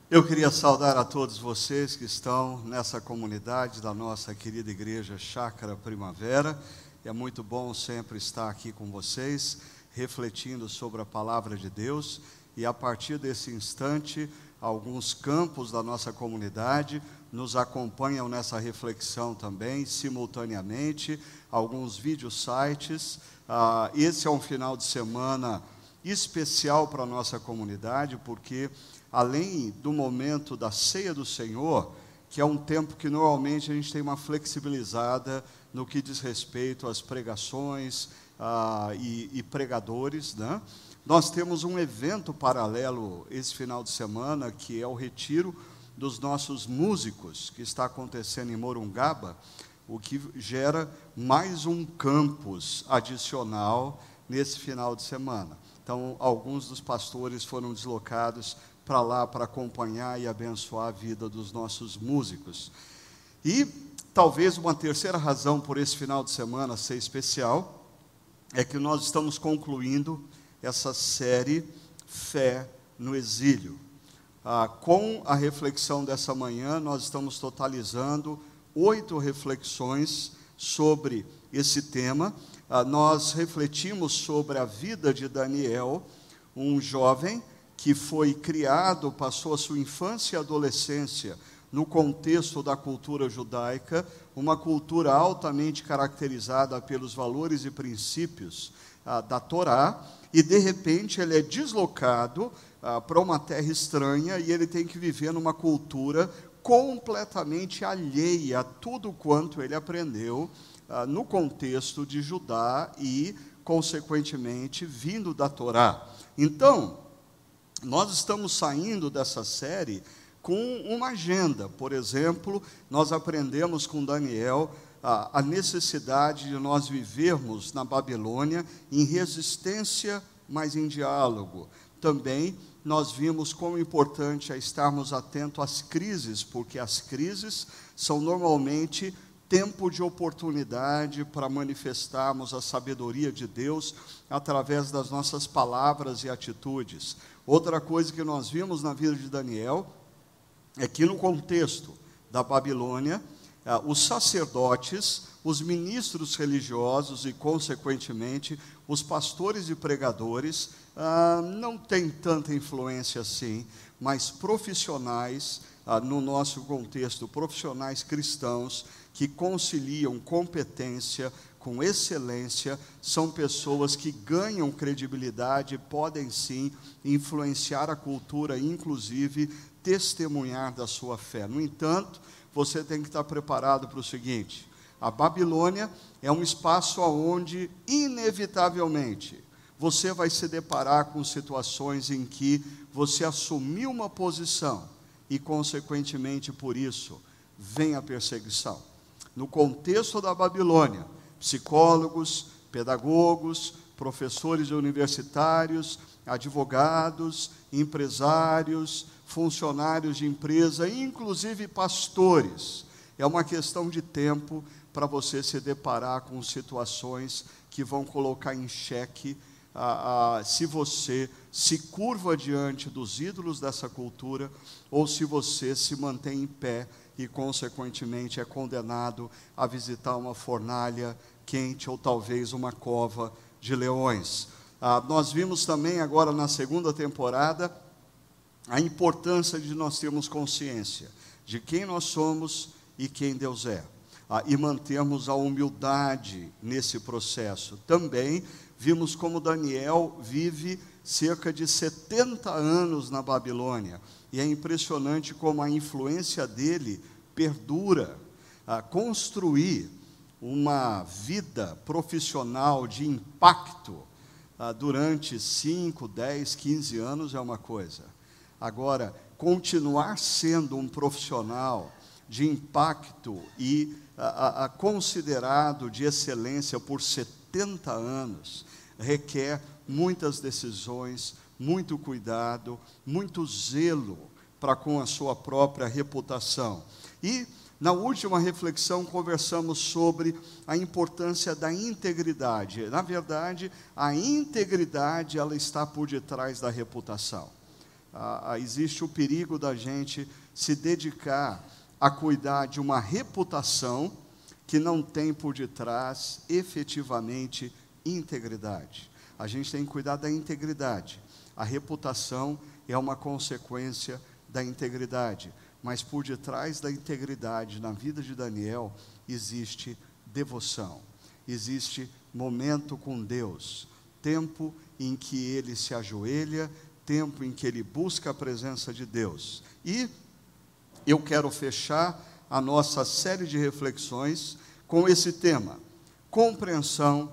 Eu queria saudar a todos vocês que estão nessa comunidade da nossa querida igreja Chácara Primavera. É muito bom sempre estar aqui com vocês, refletindo sobre a palavra de Deus. E a partir desse instante, alguns campos da nossa comunidade nos acompanham nessa reflexão também, simultaneamente, alguns videosites. Esse é um final de semana especial para a nossa comunidade, porque além do momento da ceia do Senhor, que é um tempo que normalmente a gente tem uma flexibilizada no que diz respeito às pregações e pregadores, né? Nós temos um evento paralelo esse final de semana, que é o retiro dos nossos músicos, que está acontecendo em Morungaba, o que gera mais um campus adicional nesse final de semana. Então, alguns dos pastores foram deslocados para lá para acompanhar e abençoar a vida dos nossos músicos. E talvez uma terceira razão por esse final de semana ser especial é que nós estamos concluindo essa série Fé no Exílio. Com a reflexão dessa manhã, nós estamos totalizando 8 reflexões sobre esse tema. Nós refletimos sobre a vida de Daniel, um jovem que foi criado, passou a sua infância e adolescência no contexto da cultura judaica, uma cultura altamente caracterizada pelos valores e princípios da Torá, e de repente ele é deslocado para uma terra estranha e ele tem que viver numa cultura completamente alheia a tudo quanto ele aprendeu no contexto de Judá e, consequentemente, vindo da Torá. Então, nós estamos saindo dessa série com uma agenda. Por exemplo, nós aprendemos com Daniel a necessidade de nós vivermos na Babilônia em resistência, mas em diálogo. Também nós vimos como importante é estarmos atentos às crises, porque as crises são normalmente tempo de oportunidade para manifestarmos a sabedoria de Deus através das nossas palavras e atitudes. Outra coisa que nós vimos na vida de Daniel é que no contexto da Babilônia, os sacerdotes, os ministros religiosos e, consequentemente, os pastores e pregadores não têm tanta influência assim, mas profissionais, no nosso contexto, profissionais cristãos que conciliam competência com excelência, são pessoas que ganham credibilidade e podem sim influenciar a cultura, inclusive testemunhar da sua fé. No entanto, você tem que estar preparado para o seguinte: a Babilônia é um espaço onde, inevitavelmente, você vai se deparar com situações em que você assumiu uma posição e, consequentemente, por isso, vem a perseguição. No contexto da Babilônia, psicólogos, pedagogos, professores universitários, advogados, empresários, funcionários de empresa, inclusive pastores. É uma questão de tempo para você se deparar com situações que vão colocar em xeque se você se curva diante dos ídolos dessa cultura ou se você se mantém em pé e, consequentemente, é condenado a visitar uma fornalha quente ou talvez uma cova de leões. Nós vimos também agora na segunda temporada a importância de nós termos consciência de quem nós somos e quem Deus é, e mantermos a humildade nesse processo. Também vimos como Daniel vive cerca de 70 anos na Babilônia, e é impressionante como a influência dele perdura. Construir uma vida profissional de impacto durante 5, 10, 15 anos é uma coisa. Agora, continuar sendo um profissional de impacto e considerado de excelência por 70 anos requer muitas decisões, muito cuidado, muito zelo para com a sua própria reputação. E, na última reflexão, conversamos sobre a importância da integridade. Na verdade, a integridade ela está por detrás da reputação. existe o perigo da gente se dedicar a cuidar de uma reputação que não tem por detrás efetivamente integridade. A gente tem que cuidar da integridade. A reputação é uma consequência da integridade, mas por detrás da integridade, na vida de Daniel, existe devoção, existe momento com Deus, tempo em que ele se ajoelha, tempo em que ele busca a presença de Deus. E eu quero fechar a nossa série de reflexões com esse tema: compreensão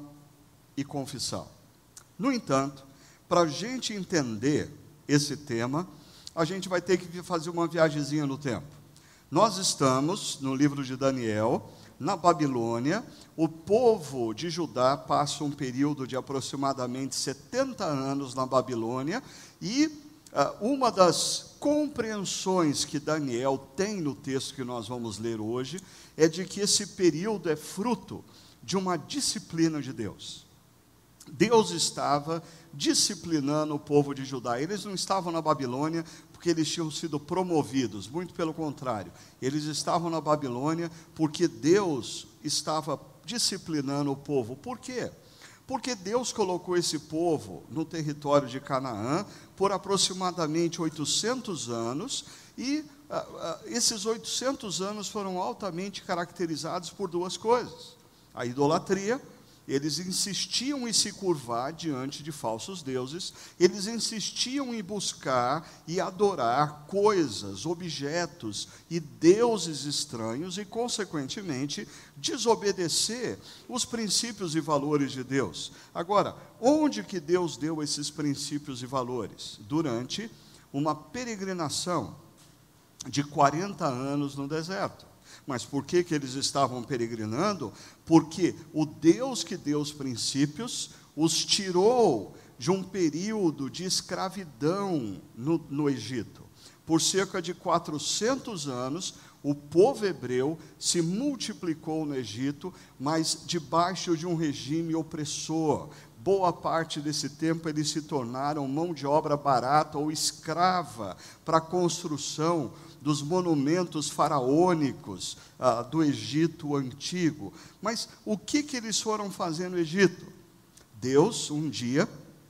e confissão. No entanto, para a gente entender esse tema, a gente vai ter que fazer uma viagemzinha no tempo. Nós estamos no livro de Daniel, na Babilônia. O povo de Judá passa um período de aproximadamente 70 anos na Babilônia, e uma das compreensões que Daniel tem no texto que nós vamos ler hoje é de que esse período é fruto de uma disciplina de Deus. Deus estava disciplinando o povo de Judá. Eles não estavam na Babilônia porque eles tinham sido promovidos, muito pelo contrário. Eles estavam na Babilônia porque Deus estava disciplinando o povo. Por quê? Porque Deus colocou esse povo no território de Canaã por aproximadamente 800 anos, e esses 800 anos foram altamente caracterizados por duas coisas: a idolatria. Eles insistiam em se curvar diante de falsos deuses, eles insistiam em buscar e adorar coisas, objetos e deuses estranhos e, consequentemente, desobedecer os princípios e valores de Deus. Agora, onde que Deus deu esses princípios e valores? Durante uma peregrinação de 40 anos no deserto. Mas por que eles estavam peregrinando? Porque o Deus que deu os princípios os tirou de um período de escravidão no Egito. Por cerca de 400 anos, o povo hebreu se multiplicou no Egito, mas debaixo de um regime opressor. Boa parte desse tempo eles se tornaram mão de obra barata ou escrava para a construção dos monumentos faraônicos do Egito antigo. Mas o que eles foram fazer no Egito? Deus, um dia,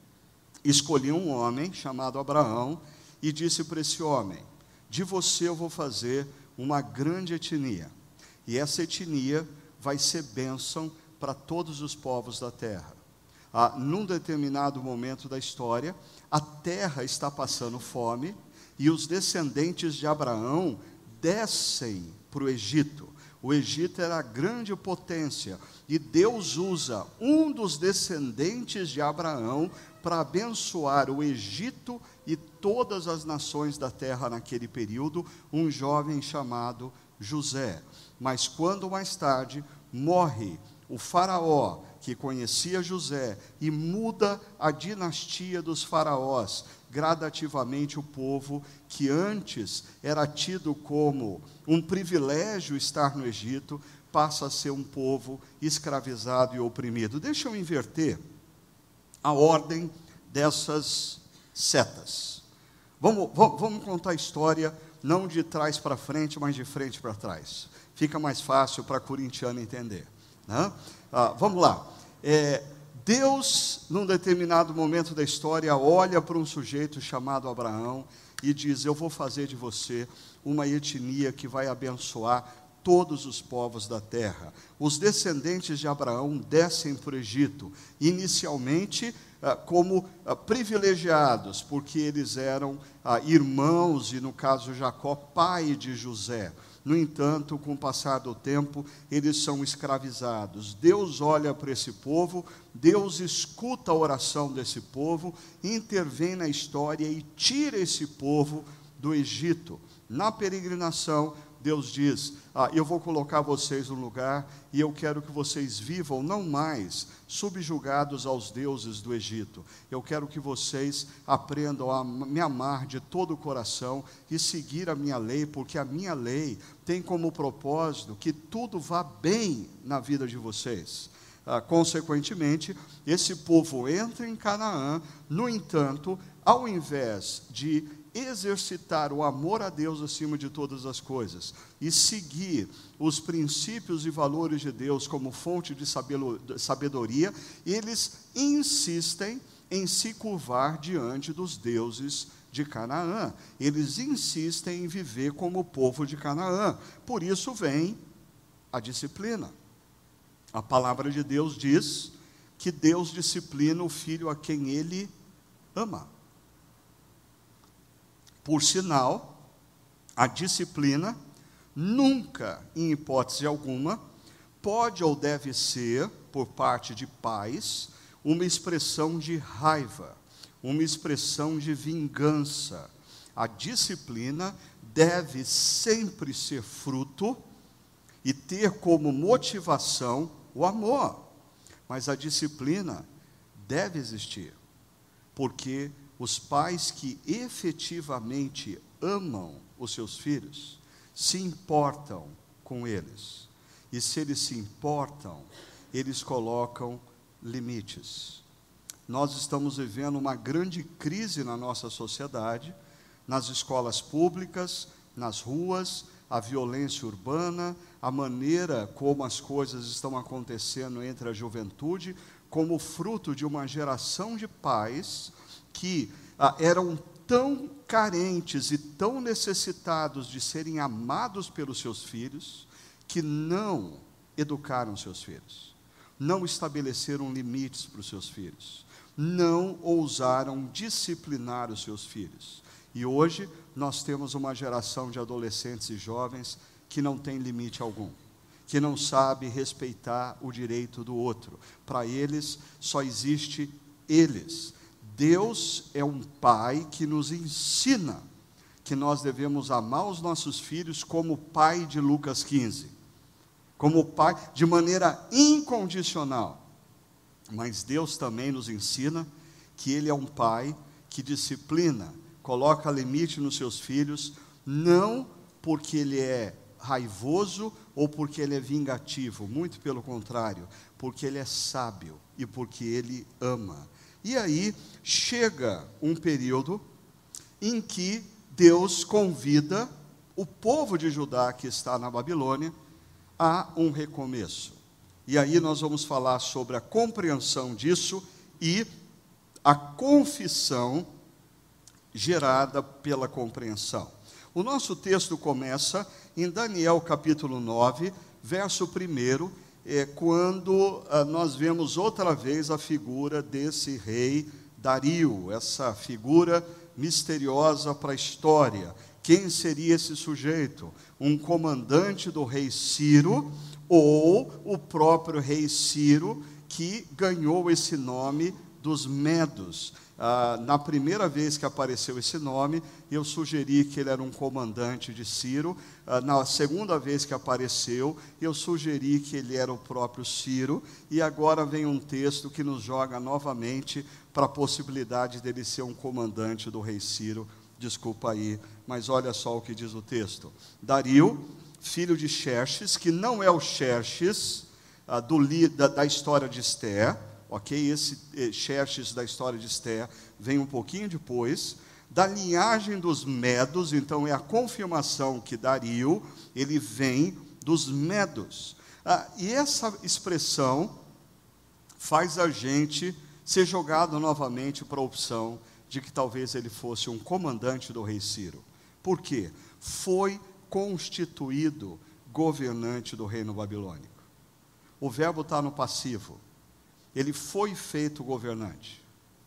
escolheu um homem chamado Abraão e disse para esse homem: de você eu vou fazer uma grande etnia, e essa etnia vai ser bênção para todos os povos da terra. Num determinado momento da história, a terra está passando fome, e os descendentes de Abraão descem para o Egito. O Egito era a grande potência, e Deus usa um dos descendentes de Abraão para abençoar o Egito e todas as nações da terra naquele período, um jovem chamado José. Mas quando mais tarde morre o faraó que conhecia José e muda a dinastia dos faraós, gradativamente o povo que antes era tido como um privilégio estar no Egito, passa a ser um povo escravizado e oprimido. Deixa eu inverter a ordem dessas setas. Vamos contar a história não de trás para frente, mas de frente para trás. Fica mais fácil para corintiano entender, né? Vamos lá. Deus, num determinado momento da história, olha para um sujeito chamado Abraão e diz: eu vou fazer de você uma etnia que vai abençoar todos os povos da terra. Os descendentes de Abraão descem para o Egito, inicialmente como privilegiados, porque eles eram irmãos e, no caso, Jacó, pai de José. No entanto, com o passar do tempo, eles são escravizados. Deus olha para esse povo, Deus escuta a oração desse povo, intervém na história e tira esse povo do Egito. Na peregrinação, Deus diz: eu vou colocar vocês no lugar e eu quero que vocês vivam não mais subjugados aos deuses do Egito. Eu quero que vocês aprendam a me amar de todo o coração e seguir a minha lei, porque a minha lei tem como propósito que tudo vá bem na vida de vocês. Consequentemente, esse povo entra em Canaã. No entanto, ao invés de exercitar o amor a Deus acima de todas as coisas e seguir os princípios e valores de Deus como fonte de sabedoria, eles insistem em se curvar diante dos deuses de Canaã. Eles insistem em viver como o povo de Canaã. Por isso vem a disciplina. A palavra de Deus diz que Deus disciplina o filho a quem Ele ama. Por sinal, a disciplina nunca, em hipótese alguma, pode ou deve ser, por parte de pais, uma expressão de raiva, uma expressão de vingança. A disciplina deve sempre ser fruto e ter como motivação o amor. Mas a disciplina deve existir, porque os pais que efetivamente amam os seus filhos se importam com eles. E se eles se importam, eles colocam limites. Nós estamos vivendo uma grande crise na nossa sociedade, nas escolas públicas, nas ruas, a violência urbana, a maneira como as coisas estão acontecendo entre a juventude, como fruto de uma geração de pais que eram tão carentes e tão necessitados de serem amados pelos seus filhos, que não educaram seus filhos, não estabeleceram limites para os seus filhos, não ousaram disciplinar os seus filhos. E hoje nós temos uma geração de adolescentes e jovens que não tem limite algum, que não sabe respeitar o direito do outro. Para eles, só existe eles. Deus é um pai que nos ensina que nós devemos amar os nossos filhos como o pai de Lucas 15, como pai de maneira incondicional. Mas Deus também nos ensina que Ele é um pai que disciplina, coloca limite nos seus filhos, não porque Ele é raivoso ou porque Ele é vingativo, muito pelo contrário, porque Ele é sábio e porque Ele ama. E aí chega um período em que Deus convida o povo de Judá que está na Babilônia a um recomeço. E aí nós vamos falar sobre a compreensão disso e a confissão gerada pela compreensão. O nosso texto começa em Daniel capítulo 9, verso 1, quando nós vemos outra vez a figura desse rei Dario, essa figura misteriosa para a história. Quem seria esse sujeito? Um comandante do rei Ciro, ou o próprio rei Ciro, que ganhou esse nome dos Medos. Na primeira vez que apareceu esse nome, eu sugeri que ele era um comandante de Ciro. Na segunda vez que apareceu, eu sugeri que ele era o próprio Ciro. E agora vem um texto que nos joga novamente para a possibilidade dele ser um comandante do rei Ciro. Desculpa aí, mas olha só o que diz o texto. Dario, filho de Xerxes, que não é o Xerxes da história de Esther, ok? Esse Xerxes da história de Esther vem um pouquinho depois, da linhagem dos Medos. Então é a confirmação que Dario, ele vem dos Medos. E essa expressão faz a gente ser jogado novamente para a opção de que talvez ele fosse um comandante do rei Ciro. Por quê? Foi constituído governante do reino babilônico. O verbo está no passivo. Ele foi feito governante.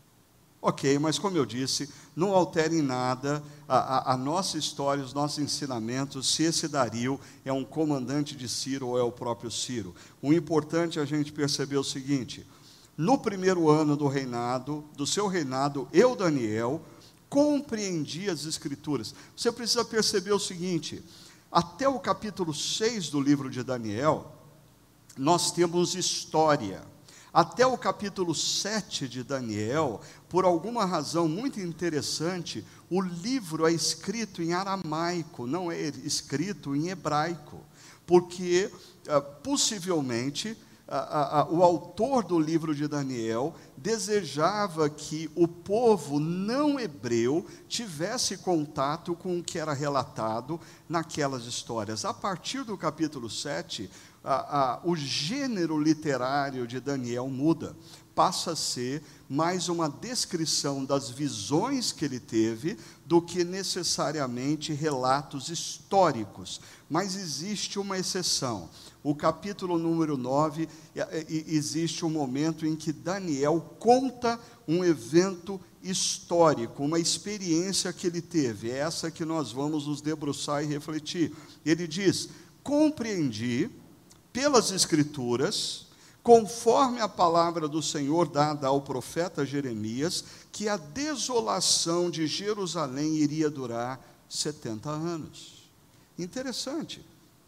Ok, mas como eu disse, não altera em nada a nossa história, os nossos ensinamentos, se esse Dario é um comandante de Ciro ou é o próprio Ciro. O importante é a gente perceber o seguinte: no primeiro ano do seu reinado, eu, Daniel, compreendi as Escrituras. Você precisa perceber o seguinte: até o capítulo 6 do livro de Daniel, nós temos história. Até o capítulo 7 de Daniel, por alguma razão muito interessante, o livro é escrito em aramaico, não é escrito em hebraico, porque possivelmente o autor do livro de Daniel desejava que o povo não hebreu tivesse contato com o que era relatado naquelas histórias. A partir do capítulo 7, o gênero literário de Daniel muda, passa a ser mais uma descrição das visões que ele teve do que necessariamente relatos históricos. Mas existe uma exceção. O capítulo número 9, existe um momento em que Daniel conta um evento histórico, uma experiência que ele teve. É essa que nós vamos nos debruçar e refletir. Ele diz: compreendi pelas Escrituras, conforme a palavra do Senhor dada ao profeta Jeremias, que a desolação de Jerusalém iria durar 70 anos. Interessante.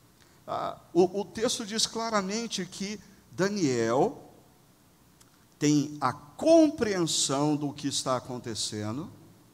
O texto diz claramente que Daniel tem a compreensão do que está acontecendo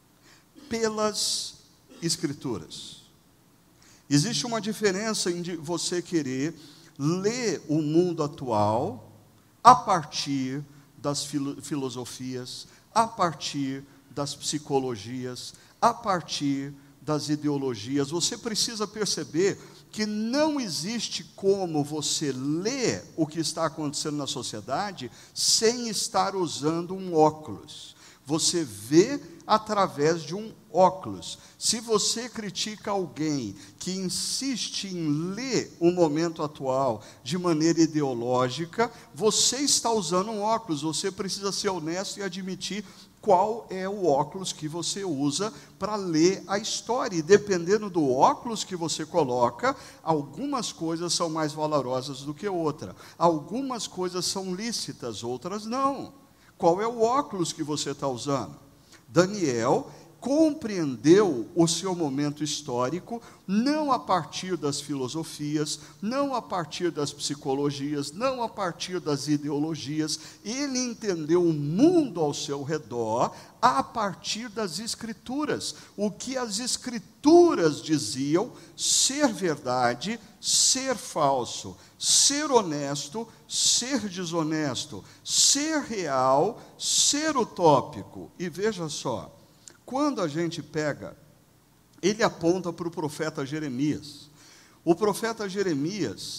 pelas Escrituras. Existe uma diferença em você querer ler o mundo atual a partir das filosofias, a partir das psicologias, a partir das ideologias. Você precisa perceber que não existe como você ler o que está acontecendo na sociedade sem estar usando um óculos. Você vê através de um óculos. Se você critica alguém que insiste em ler o momento atual de maneira ideológica, você está usando um óculos. Você precisa ser honesto e admitir qual é o óculos que você usa para ler a história. E dependendo do óculos que você coloca, algumas coisas são mais valorosas do que outra. Algumas coisas são lícitas, outras não. Qual é o óculos que você está usando? Daniel compreendeu o seu momento histórico, não a partir das filosofias, não a partir das psicologias, não a partir das ideologias. Ele entendeu o mundo ao seu redor a partir das Escrituras. O que as Escrituras diziam ser verdade, ser falso, ser honesto, ser desonesto, ser real, ser utópico. E veja só, quando a gente pega, ele aponta para o profeta Jeremias. O profeta Jeremias,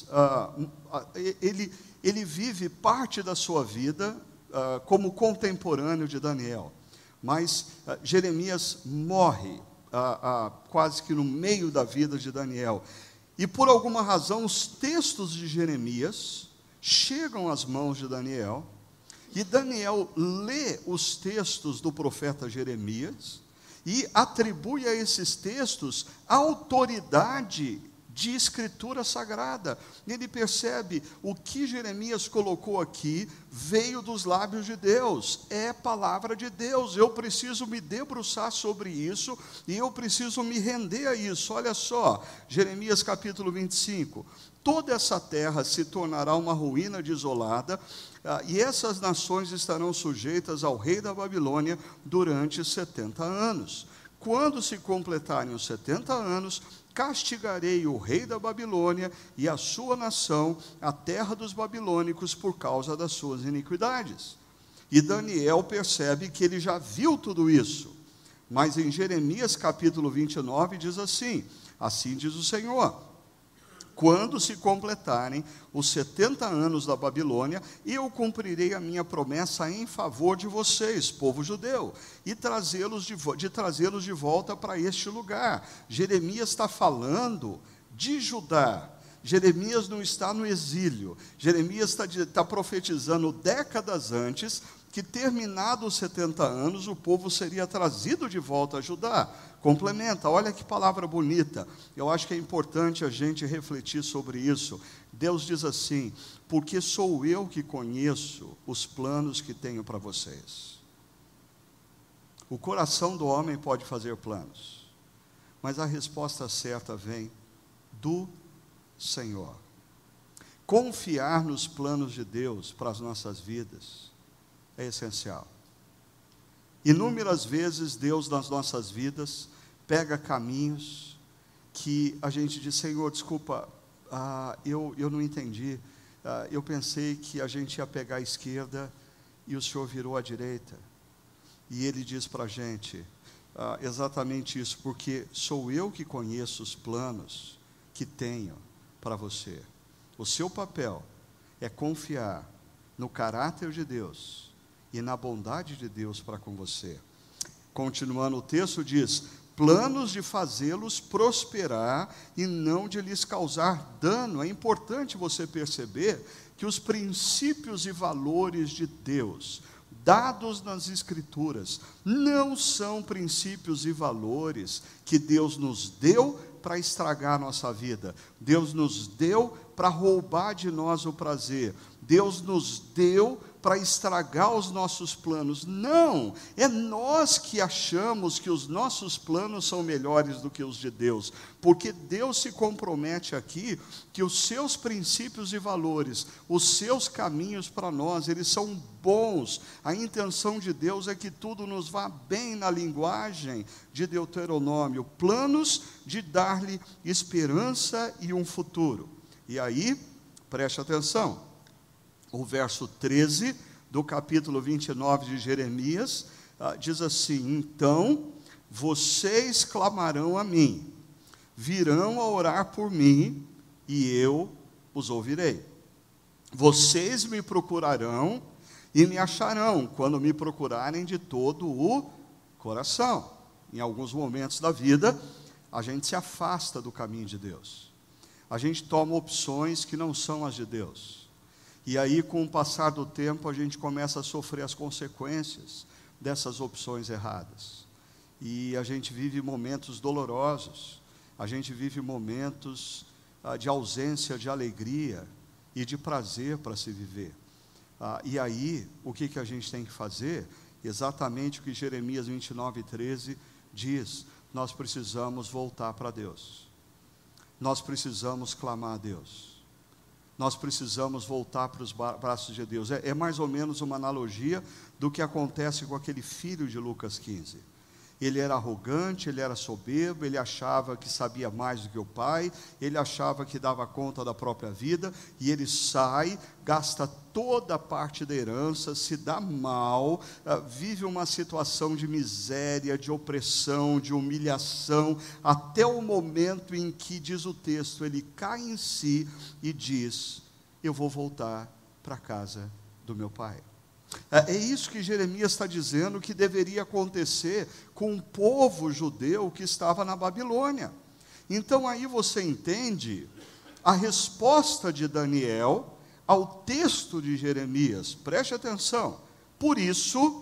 ele vive parte da sua vida como contemporâneo de Daniel. Mas Jeremias morre quase que no meio da vida de Daniel. E por alguma razão, os textos de Jeremias chegam às mãos de Daniel, e Daniel lê os textos do profeta Jeremias e atribui a esses textos a autoridade de escritura sagrada. Ele percebe o que Jeremias colocou aqui veio dos lábios de Deus, é palavra de Deus. Eu preciso me debruçar sobre isso e eu preciso me render a isso. Olha só, Jeremias capítulo 25. Toda essa terra se tornará uma ruína desolada, e essas nações estarão sujeitas ao rei da Babilônia durante 70 anos. Quando se completarem os 70 anos, castigarei o rei da Babilônia e a sua nação, a terra dos babilônicos, por causa das suas iniquidades. E Daniel percebe que ele já viu tudo isso. Mas em Jeremias capítulo 29 diz assim diz o Senhor: quando se completarem os 70 anos da Babilônia, eu cumprirei a minha promessa em favor de vocês, povo judeu, e trazê-los de volta para este lugar. Jeremias está falando de Judá. Jeremias não está no exílio. Jeremias está profetizando décadas antes que, terminados os 70 anos, o povo seria trazido de volta a Judá. Complementa, olha que palavra bonita. Eu acho que é importante a gente refletir sobre isso. Deus diz assim: porque sou eu que conheço os planos que tenho para vocês. O coração do homem pode fazer planos, mas a resposta certa vem do Senhor. Confiar nos planos de Deus para as nossas vidas é essencial. Inúmeras vezes Deus nas nossas vidas pega caminhos que a gente diz: Senhor, desculpa, eu não entendi, eu pensei que a gente ia pegar a esquerda e o Senhor virou à direita. E Ele diz para a gente exatamente isso, porque sou eu que conheço os planos que tenho para você. O seu papel é confiar no caráter de Deus e na bondade de Deus para com você. Continuando o texto diz, planos de fazê-los prosperar e não de lhes causar dano. É importante você perceber que os princípios e valores de Deus, dados nas Escrituras, não são princípios e valores que Deus nos deu para estragar a nossa vida. Deus nos deu para roubar de nós o prazer. Deus nos deu para estragar os nossos planos. Não, é nós que achamos que os nossos planos são melhores do que os de Deus, porque Deus se compromete aqui que os seus princípios e valores, os seus caminhos para nós, eles são bons. A intenção de Deus é que tudo nos vá bem, na linguagem de Deuteronômio, planos de dar-lhe esperança e um futuro. E aí, preste atenção, o verso 13 do capítulo 29 de Jeremias, diz assim, então vocês clamarão a mim, virão a orar por mim, e eu os ouvirei. Vocês me procurarão e me acharão, quando me procurarem de todo o coração. Em alguns momentos da vida, a gente se afasta do caminho de Deus. A gente toma opções que não são as de Deus. E aí, com o passar do tempo, a gente começa a sofrer as consequências dessas opções erradas. E a gente vive momentos dolorosos, a gente vive momentos de ausência de alegria e de prazer para se viver. E aí, o que a gente tem que fazer? Exatamente o que Jeremias 29:13 diz, nós precisamos voltar para Deus. Nós precisamos clamar a Deus. Nós precisamos voltar para os braços de Deus. É mais ou menos uma analogia do que acontece com aquele filho de Lucas 15. Ele era arrogante, ele era soberbo, ele achava que sabia mais do que o pai, ele achava que dava conta da própria vida, e ele sai, gasta toda a parte da herança, se dá mal, vive uma situação de miséria, de opressão, de humilhação, até o momento em que, diz o texto, ele cai em si e diz, eu vou voltar para a casa do meu pai. É isso que Jeremias está dizendo que deveria acontecer com o povo judeu que estava na Babilônia. Então aí você entende a resposta de Daniel ao texto de Jeremias. Preste atenção. Por isso,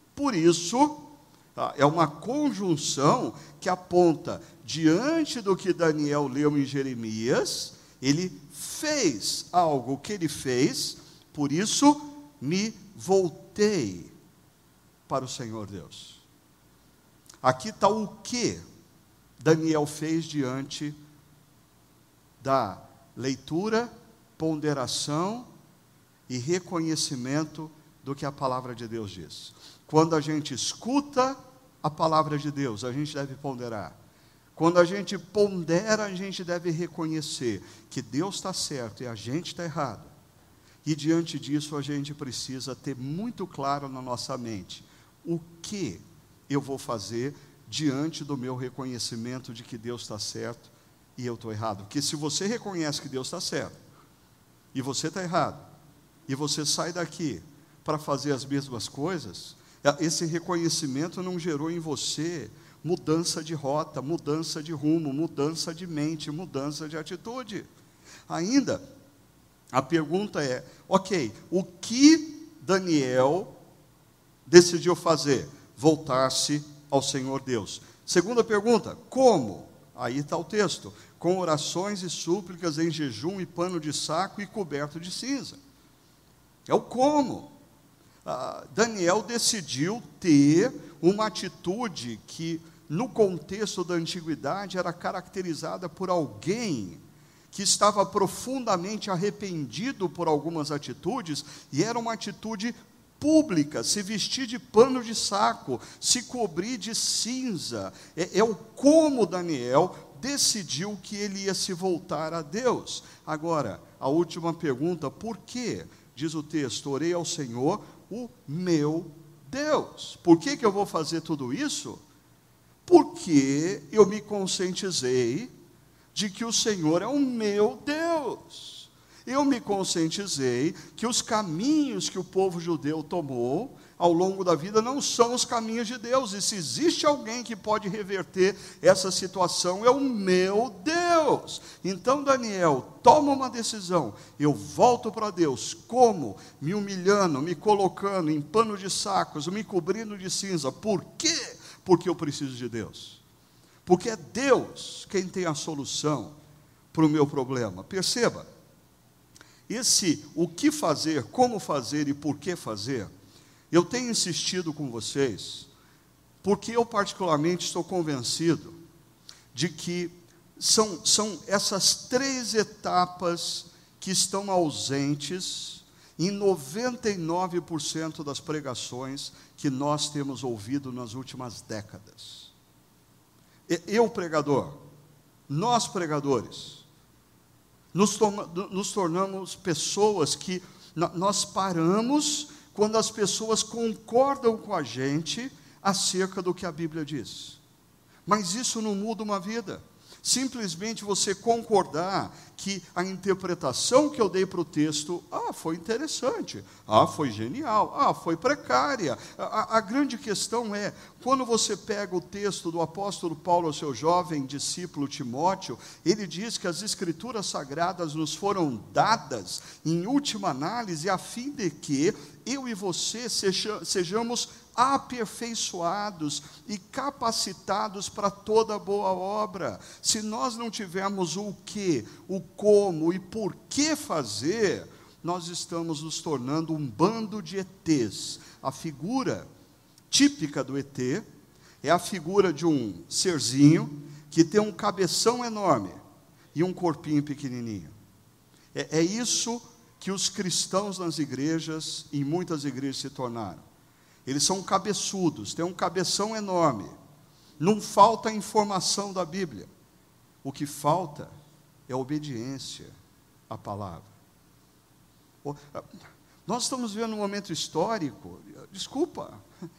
é uma conjunção que aponta, diante do que Daniel leu em Jeremias, ele fez algo que ele fez, por isso me voltei para o Senhor Deus. Aqui está o que Daniel fez diante da leitura, ponderação e reconhecimento do que a palavra de Deus diz. Quando a gente escuta a palavra de Deus, a gente deve ponderar. Quando a gente pondera, a gente deve reconhecer que Deus está certo e a gente está errado. E diante disso, a gente precisa ter muito claro na nossa mente o que eu vou fazer diante do meu reconhecimento de que Deus está certo e eu estou errado. Porque se você reconhece que Deus está certo e você está errado, e você sai daqui para fazer as mesmas coisas, esse reconhecimento não gerou em você mudança de rota, mudança de rumo, mudança de mente, mudança de atitude. Ainda, a pergunta é, ok, o que Daniel decidiu fazer? Voltar-se ao Senhor Deus. Segunda pergunta, como? Aí está o texto, com orações e súplicas em jejum e pano de saco e coberto de cinza. É o como. Daniel decidiu ter uma atitude que, no contexto da antiguidade, era caracterizada por alguém que estava profundamente arrependido por algumas atitudes, e era uma atitude pública, se vestir de pano de saco, se cobrir de cinza. É o como Daniel decidiu que ele ia se voltar a Deus. Agora, a última pergunta: por quê? Diz o texto: orei ao Senhor, o meu Deus. Por que eu vou fazer tudo isso? Porque eu me conscientizei de que o Senhor é o meu Deus. Eu me conscientizei que os caminhos que o povo judeu tomou ao longo da vida não são os caminhos de Deus, e se existe alguém que pode reverter essa situação, é o meu Deus. Então Daniel toma uma decisão: eu volto para Deus. Como? Me humilhando, me colocando em pano de sacos, me cobrindo de cinza. Por quê? Porque eu preciso de Deus, porque é Deus quem tem a solução para o meu problema. Perceba, esse o que fazer, como fazer e por que fazer, eu tenho insistido com vocês, porque eu particularmente estou convencido de que são essas 3 etapas que estão ausentes em 99% das pregações que nós temos ouvido nas últimas décadas. Eu, pregador, nós pregadores, nos tornamos pessoas que nós paramos quando as pessoas concordam com a gente acerca do que a Bíblia diz. Mas isso não muda uma vida. Simplesmente você concordar que a interpretação que eu dei para o texto, foi interessante, foi genial, foi precária. A grande questão é, quando você pega o texto do apóstolo Paulo ao seu jovem discípulo Timóteo, ele diz que as escrituras sagradas nos foram dadas, em última análise, a fim de que eu e você sejamos aperfeiçoados e capacitados para toda boa obra. Se nós não tivermos o que, o como e por que fazer, nós estamos nos tornando um bando de ETs. A figura típica do ET é a figura de um serzinho que tem um cabeção enorme e um corpinho pequenininho. É isso que os cristãos nas igrejas, em muitas igrejas, se tornaram. Eles são cabeçudos, têm um cabeção enorme. Não falta a informação da Bíblia. O que falta é a obediência à palavra. Nós estamos vivendo um momento histórico, desculpa,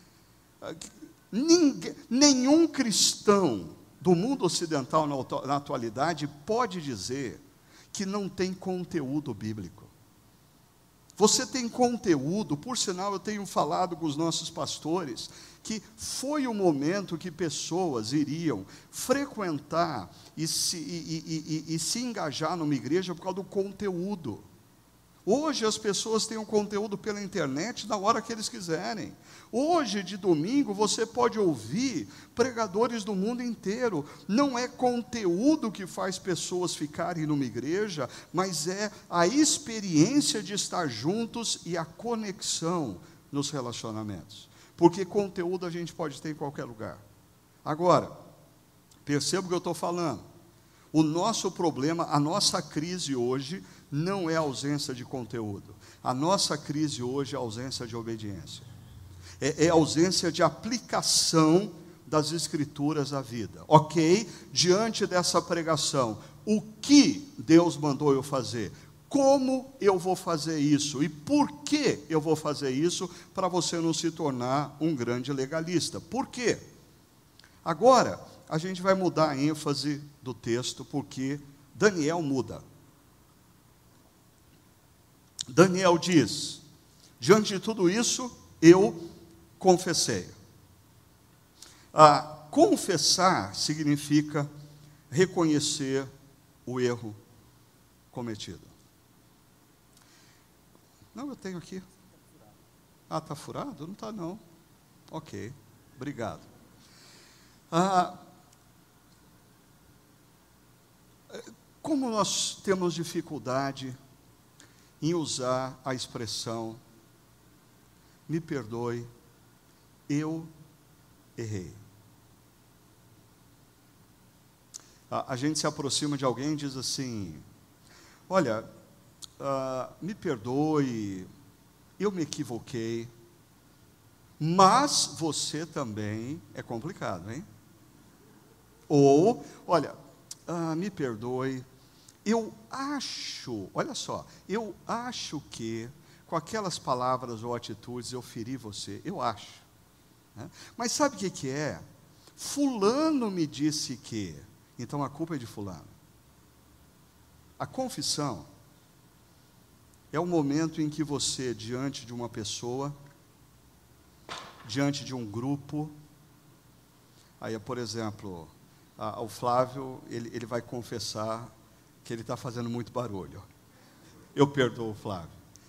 nenhum cristão do mundo ocidental na atualidade pode dizer que não tem conteúdo bíblico. Você tem conteúdo, por sinal eu tenho falado com os nossos pastores, que foi o momento que pessoas iriam frequentar e se engajar numa igreja por causa do conteúdo. Hoje as pessoas têm o conteúdo pela internet na hora que eles quiserem. Hoje, de domingo, você pode ouvir pregadores do mundo inteiro. Não é conteúdo que faz pessoas ficarem numa igreja, mas é a experiência de estar juntos e a conexão nos relacionamentos. Porque conteúdo a gente pode ter em qualquer lugar. Agora, perceba o que eu estou falando. O nosso problema, a nossa crise hoje, não é a ausência de conteúdo. A nossa crise hoje é a ausência de obediência. É a ausência de aplicação das Escrituras à vida. Ok? Diante dessa pregação, o que Deus mandou eu fazer? Como eu vou fazer isso? E por que eu vou fazer isso? Para você não se tornar um grande legalista. Por quê? Agora, a gente vai mudar a ênfase do texto, porque Daniel muda. Daniel diz: diante de tudo isso, eu confessei. Confessar significa reconhecer o erro cometido. Não, eu tenho aqui. Está furado? Não está não. Ok, obrigado. Como nós temos dificuldade em usar a expressão me perdoe, eu errei. A gente se aproxima de alguém e diz assim: olha, me perdoe, eu me equivoquei, mas você também é complicado, hein? Ou, olha, me perdoe, eu acho, olha só, eu acho que com aquelas palavras ou atitudes eu feri você, eu acho. Né? Mas sabe o que é? Fulano me disse que, então a culpa é de fulano. A confissão é o momento em que você, diante de uma pessoa, diante de um grupo, aí, por exemplo, o Flávio, ele vai confessar que ele está fazendo muito barulho. Eu perdoo o Flávio.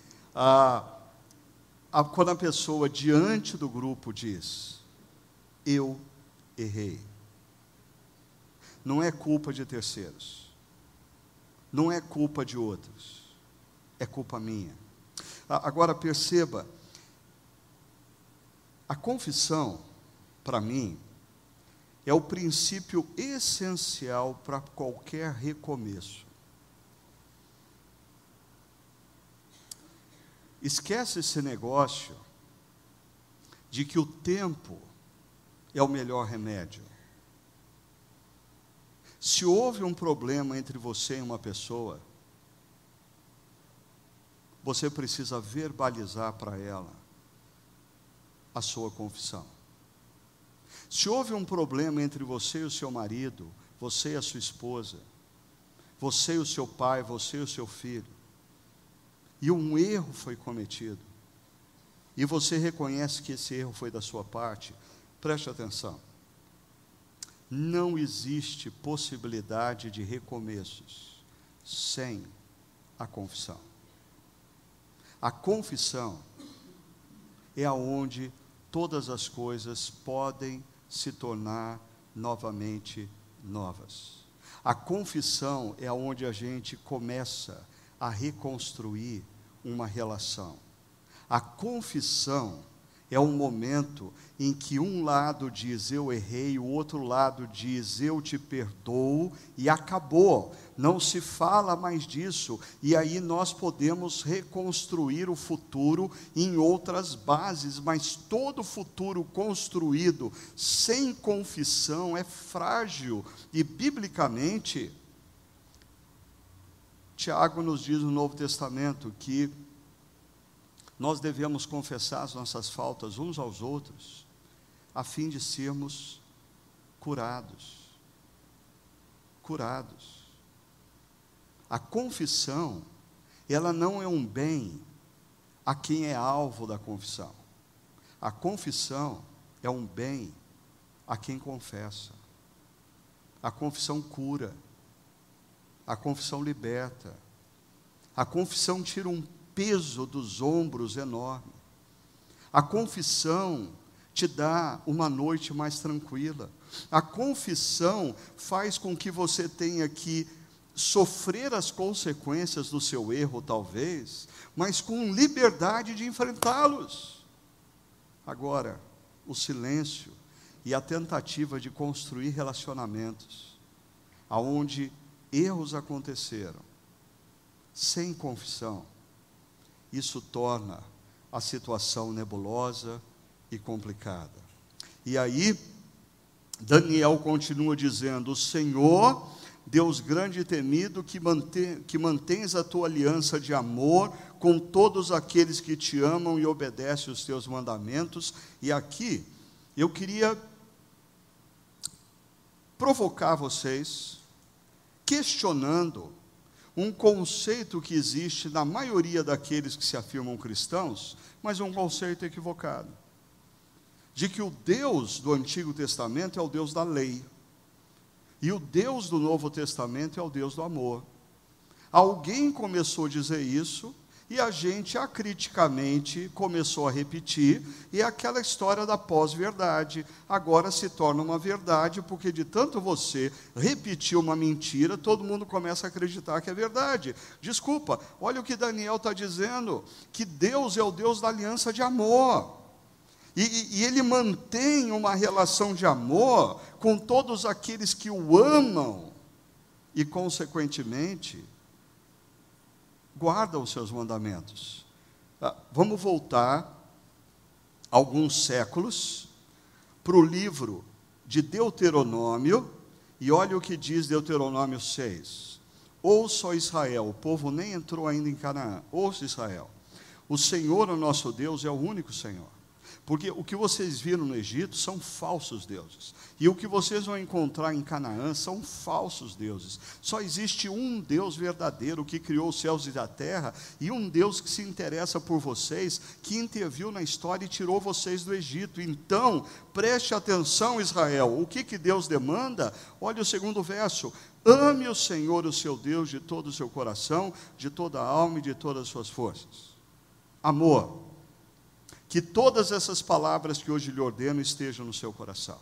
Quando a pessoa, diante do grupo, diz, eu errei. Não é culpa de terceiros. Não é culpa de outros. É culpa minha. Agora, perceba, a confissão, para mim, é o princípio essencial para qualquer recomeço. Esquece esse negócio de que o tempo é o melhor remédio. Se houve um problema entre você e uma pessoa, você precisa verbalizar para ela a sua confissão. Se houve um problema entre você e o seu marido, você e a sua esposa, você e o seu pai, você e o seu filho, e um erro foi cometido, e você reconhece que esse erro foi da sua parte, preste atenção. Não existe possibilidade de recomeços sem a confissão. A confissão é aonde todas as coisas podem se tornar novamente novas. A confissão é aonde a gente começa a reconstruir uma relação. A confissão é um momento em que um lado diz eu errei, o outro lado diz eu te perdoo e acabou, não se fala mais disso, e aí nós podemos reconstruir o futuro em outras bases, mas todo futuro construído sem confissão é frágil, e biblicamente, Tiago nos diz no Novo Testamento que nós devemos confessar as nossas faltas uns aos outros, a fim de sermos curados. Curados. A confissão, ela não é um bem a quem é alvo da confissão. A confissão é um bem a quem confessa. A confissão cura. A confissão liberta. A confissão tira um peso dos ombros enorme. A confissão te dá uma noite mais tranquila. A confissão faz com que você tenha que sofrer as consequências do seu erro, talvez, mas com liberdade de enfrentá-los. Agora, o silêncio e a tentativa de construir relacionamentos aonde erros aconteceram, sem confissão, isso torna a situação nebulosa e complicada. E aí, Daniel continua dizendo, o Senhor, Deus grande e temido, que mantens a tua aliança de amor com todos aqueles que te amam e obedecem os teus mandamentos. E aqui, eu queria provocar vocês, questionando um conceito que existe na maioria daqueles que se afirmam cristãos, mas um conceito equivocado, de que o Deus do Antigo Testamento é o Deus da lei, e o Deus do Novo Testamento é o Deus do amor. Alguém começou a dizer isso, e a gente acriticamente começou a repetir, e aquela história da pós-verdade agora se torna uma verdade, porque de tanto você repetir uma mentira, todo mundo começa a acreditar que é verdade. Desculpa, olha o que Daniel está dizendo, que Deus é o Deus da aliança de amor, e Ele mantém uma relação de amor com todos aqueles que o amam, e consequentemente guarda os seus mandamentos. Vamos voltar alguns séculos para o livro de Deuteronômio, e olha o que diz Deuteronômio 6. ouça, ó Israel, o povo nem entrou ainda em Canaã, ouça Israel, o Senhor, o nosso Deus, é o único Senhor. Porque o que vocês viram no Egito são falsos deuses. E o que vocês vão encontrar em Canaã são falsos deuses. Só existe um Deus verdadeiro que criou os céus e a terra, e um Deus que se interessa por vocês, que interviu na história e tirou vocês do Egito. Então, preste atenção, Israel. O que Deus demanda? Olha o segundo verso. Ame o Senhor, o seu Deus, de todo o seu coração, de toda a alma e de todas as suas forças. Amor. Que todas essas palavras que hoje lhe ordeno estejam no seu coração.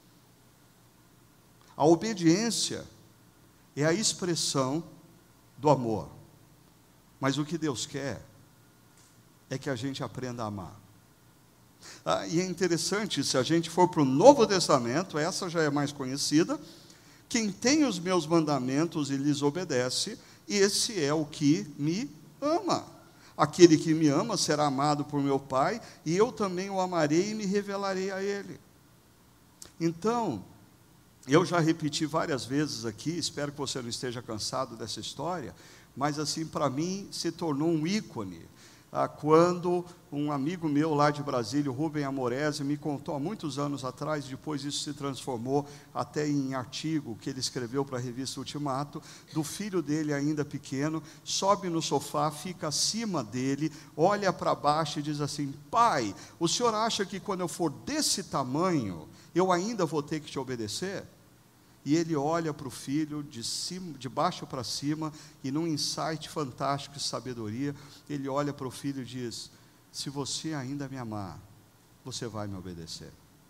A obediência é a expressão do amor. Mas o que Deus quer é que a gente aprenda a amar. E é interessante, se a gente for para o Novo Testamento, essa já é mais conhecida. Quem tem os meus mandamentos e lhes obedece, esse é o que me ama. Aquele que me ama será amado por meu Pai, e eu também o amarei e me revelarei a ele. Então, eu já repeti várias vezes aqui, espero que você não esteja cansado dessa história, mas assim, para mim, se tornou um ícone. Quando um amigo meu lá de Brasília, o Rubem Amorese, me contou há muitos anos atrás, depois isso se transformou até em artigo que ele escreveu para a revista Ultimato, do filho dele ainda pequeno, sobe no sofá, fica acima dele, olha para baixo e diz assim: pai, o senhor acha que quando eu for desse tamanho, eu ainda vou ter que te obedecer? E ele olha para o filho de baixo para cima, e num insight fantástico de sabedoria, ele olha para o filho e diz: se você ainda me amar, você vai me obedecer.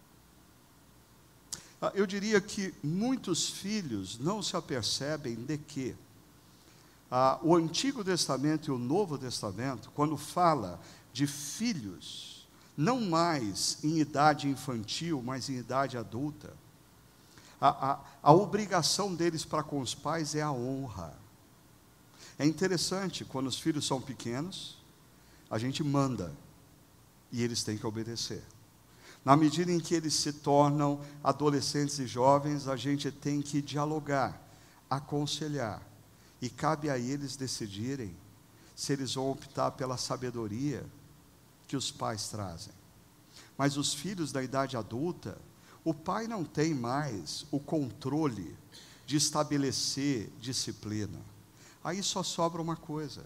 Eu diria que muitos filhos não se apercebem de que o Antigo Testamento e o Novo Testamento, quando fala de filhos, não mais em idade infantil, mas em idade adulta, a obrigação deles para com os pais é a honra. É interessante, quando os filhos são pequenos, a gente manda, e eles têm que obedecer. Na medida em que eles se tornam adolescentes e jovens, a gente tem que dialogar, aconselhar, e cabe a eles decidirem se eles vão optar pela sabedoria que os pais trazem. Mas os filhos da idade adulta, o pai não tem mais o controle de estabelecer disciplina. Aí só sobra uma coisa: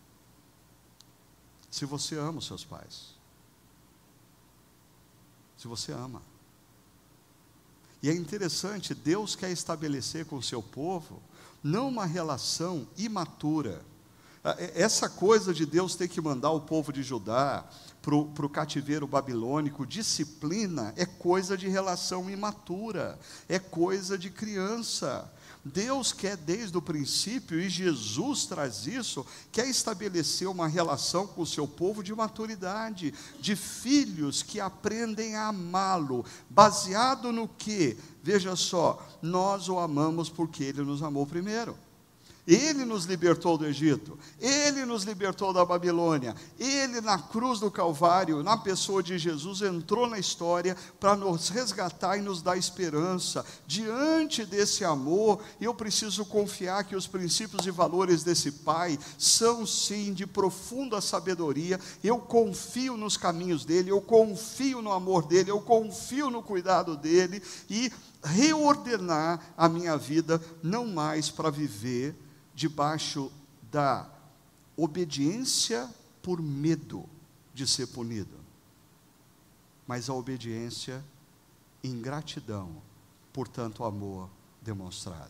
se você ama os seus pais, se você ama. E é interessante, Deus quer estabelecer com o seu povo não uma relação imatura. Essa coisa de Deus ter que mandar o povo de Judá para o cativeiro babilônico, disciplina, é coisa de relação imatura, é coisa de criança. Deus quer desde o princípio, e Jesus traz isso, quer estabelecer uma relação com o seu povo de maturidade, de filhos que aprendem a amá-lo, baseado no que? Veja só, nós o amamos porque Ele nos amou primeiro. Ele nos libertou do Egito, Ele nos libertou da Babilônia, Ele na cruz do Calvário, na pessoa de Jesus, entrou na história para nos resgatar e nos dar esperança. Diante desse amor, eu preciso confiar que os princípios e valores desse Pai são sim de profunda sabedoria. Eu confio nos caminhos dEle, eu confio no amor dEle, eu confio no cuidado dEle, e reordenar a minha vida, não mais para viver debaixo da obediência por medo de ser punido, mas a obediência em gratidão por tanto amor demonstrado.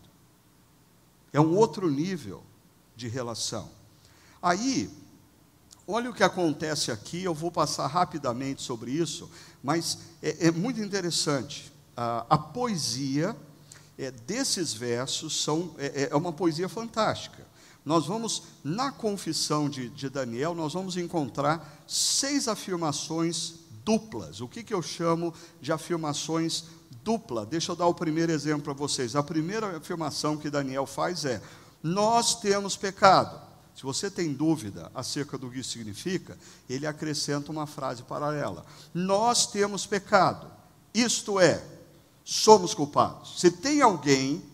É um outro nível de relação. Aí, olha o que acontece aqui, eu vou passar rapidamente sobre isso, mas é muito interessante. A poesia desses versos é uma poesia fantástica. Nós vamos, na confissão de Daniel, nós vamos encontrar 6 afirmações duplas. O que eu chamo de afirmações duplas? Deixa eu dar o primeiro exemplo para vocês. A primeira afirmação que Daniel faz é: nós temos pecado. Se você tem dúvida acerca do que isso significa, ele acrescenta uma frase paralela: nós temos pecado, isto é, somos culpados. Se tem alguém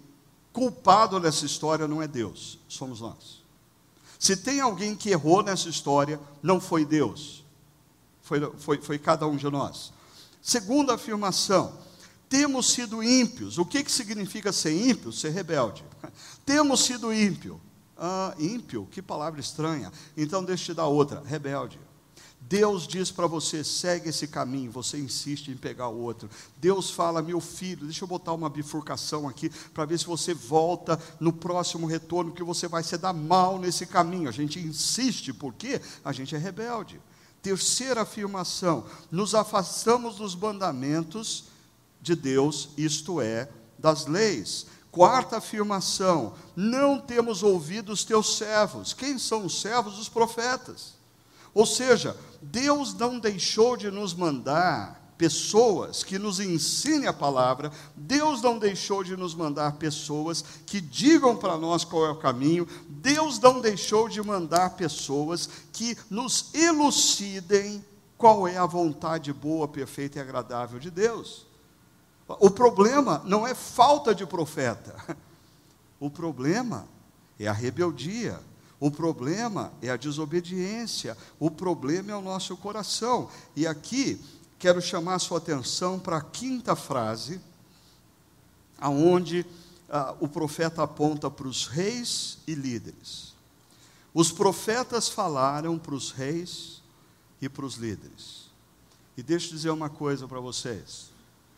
culpado nessa história não é Deus, somos nós. Se tem alguém que errou nessa história, não foi Deus, foi cada um de nós. Segunda afirmação, temos sido ímpios. O que significa ser ímpio? Ser rebelde. Temos sido ímpio. Ímpio, que palavra estranha. Então deixa eu te dar outra, rebelde. Deus diz para você, segue esse caminho, você insiste em pegar o outro. Deus fala, meu filho, deixa eu botar uma bifurcação aqui, para ver se você volta no próximo retorno, que você vai se dar mal nesse caminho. A gente insiste, porque a gente é rebelde. Terceira afirmação, nos afastamos dos mandamentos de Deus, isto é, das leis. Quarta afirmação, não temos ouvido os teus servos. Quem são os servos? Os profetas. Ou seja, Deus não deixou de nos mandar pessoas que nos ensinem a palavra, Deus não deixou de nos mandar pessoas que digam para nós qual é o caminho, Deus não deixou de mandar pessoas que nos elucidem qual é a vontade boa, perfeita e agradável de Deus. O problema não é falta de profeta, o problema é a rebeldia. O problema é a desobediência, o problema é o nosso coração. E aqui, quero chamar a sua atenção para a quinta frase, aonde o profeta aponta para os reis e líderes. Os profetas falaram para os reis e para os líderes. E deixa eu dizer uma coisa para vocês.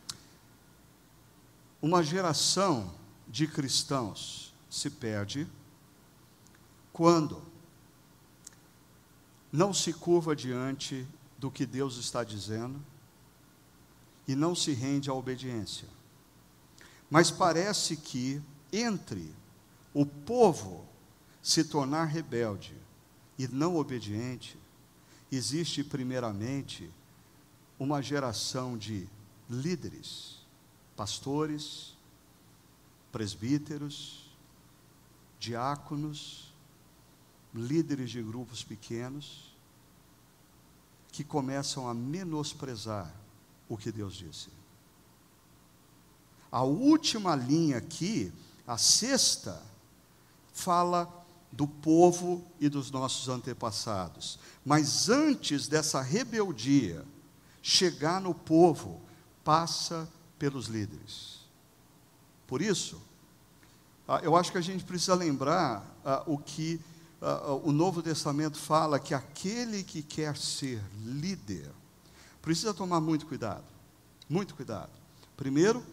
Uma geração de cristãos se perde quando não se curva diante do que Deus está dizendo e não se rende à obediência. Mas parece que entre o povo se tornar rebelde e não obediente, existe primeiramente uma geração de líderes, pastores, presbíteros, diáconos, líderes de grupos pequenos, que começam a menosprezar o que Deus disse. A última linha aqui, a sexta, fala do povo e dos nossos antepassados. Mas antes dessa rebeldia chegar no povo, passa pelos líderes. Por isso, eu acho que a gente precisa lembrar o que o Novo Testamento fala, que aquele que quer ser líder, precisa tomar muito cuidado, muito cuidado. Primeiro,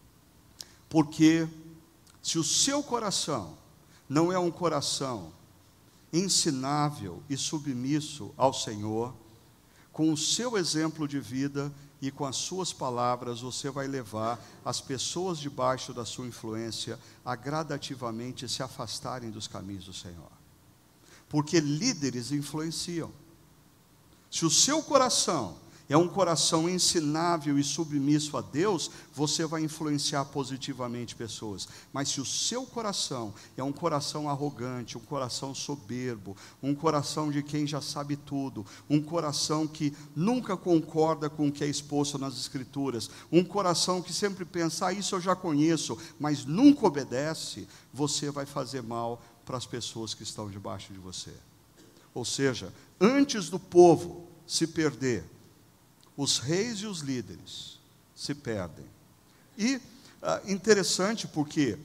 porque se o seu coração não é um coração ensinável e submisso ao Senhor, com o seu exemplo de vida e com as suas palavras, você vai levar as pessoas debaixo da sua influência a gradativamente se afastarem dos caminhos do Senhor. Porque líderes influenciam. Se o seu coração é um coração ensinável e submisso a Deus, você vai influenciar positivamente pessoas. Mas se o seu coração é um coração arrogante, um coração soberbo, um coração de quem já sabe tudo, um coração que nunca concorda com o que é exposto nas Escrituras, um coração que sempre pensa, isso eu já conheço, mas nunca obedece, você vai fazer mal para as pessoas que estão debaixo de você. Ou seja, antes do povo se perder, os reis e os líderes se perdem. E interessante porque